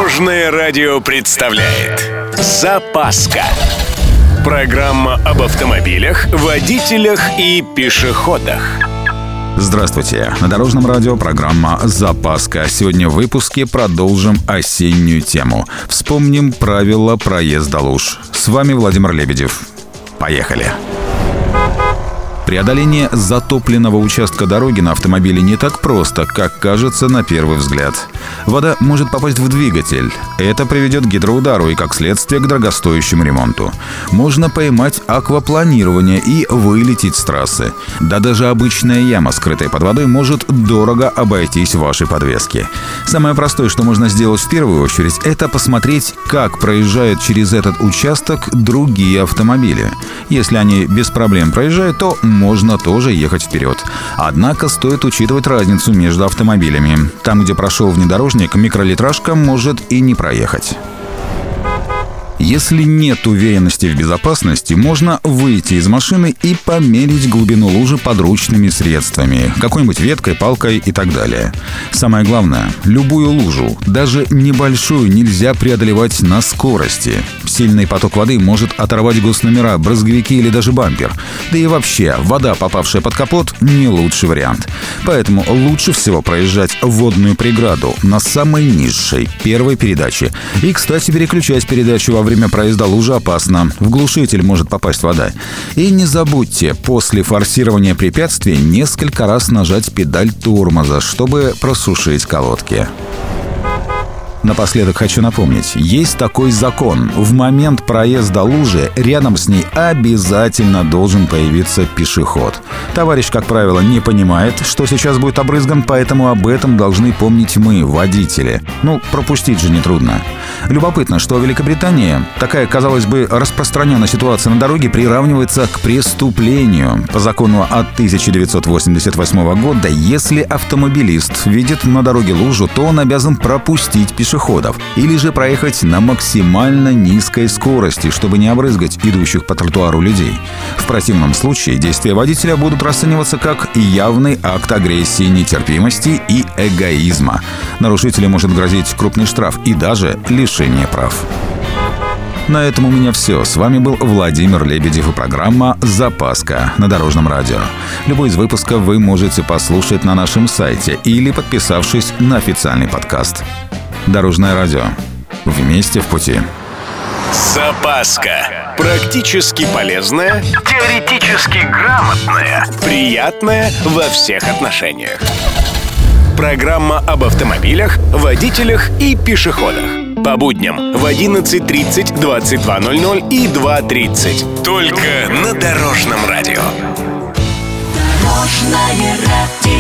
Дорожное радио представляет «Запаска». Программа об автомобилях, водителях и пешеходах. Здравствуйте! На Дорожном радио программа «Запаска». Сегодня в выпуске продолжим осеннюю тему. Вспомним правила проезда луж. С вами Владимир Лебедев. Поехали! Преодоление затопленного участка дороги на автомобиле не так просто, как кажется на первый взгляд. Вода может попасть в двигатель. Это приведет к гидроудару и, как следствие, к дорогостоящему ремонту. Можно поймать аквапланирование и вылететь с трассы. Да даже обычная яма, скрытая под водой, может дорого обойтись вашей подвеске. Самое простое, что можно сделать в первую очередь, это посмотреть, как проезжают через этот участок другие автомобили. Если они без проблем проезжают, то можно тоже ехать вперед. Однако стоит учитывать разницу между автомобилями. Там, где прошел внедорожник, микролитражка может и не проехать. Если нет уверенности в безопасности, можно выйти из машины и померить глубину лужи подручными средствами, какой-нибудь веткой, палкой и так далее. Самое главное, любую лужу, даже небольшую, нельзя преодолевать на скорости. Сильный поток воды может оторвать госномера, брызговики или даже бампер. Да и вообще, вода, попавшая под капот, не лучший вариант. Поэтому лучше всего проезжать водную преграду на самой низшей, первой передаче. И, кстати, переключать передачу во время проезда лужи опасно. В глушитель может попасть вода. И не забудьте после форсирования препятствия несколько раз нажать педаль тормоза, чтобы просушить колодки. Напоследок хочу напомнить, есть такой закон. В момент проезда лужи рядом с ней обязательно должен появиться пешеход. Товарищ, как правило, не понимает, что сейчас будет обрызган, поэтому об этом должны помнить мы, водители. Пропустить же нетрудно. Любопытно, что в Великобритании такая, казалось бы, распространенная ситуация на дороге приравнивается к преступлению. По закону от 1988 года, если автомобилист видит на дороге лужу, то он обязан пропустить пешеходов или же проехать на максимально низкой скорости, чтобы не обрызгать идущих по тротуару людей. В противном случае действия водителя будут расцениваться как явный акт агрессии, нетерпимости и эгоизма. Нарушителю может грозить крупный штраф и даже лишение прав. На этом у меня все. С вами был Владимир Лебедев и программа «Запаска» на Дорожном радио. Любой из выпусков вы можете послушать на нашем сайте или подписавшись на официальный подкаст. Дорожное радио. Вместе в пути. Запаска. Практически полезная, теоретически грамотная, приятная во всех отношениях. Программа об автомобилях, водителях и пешеходах. По будням в 11:30, 22:00 и 2:30. Только на Дорожном радио. Дорожное радио.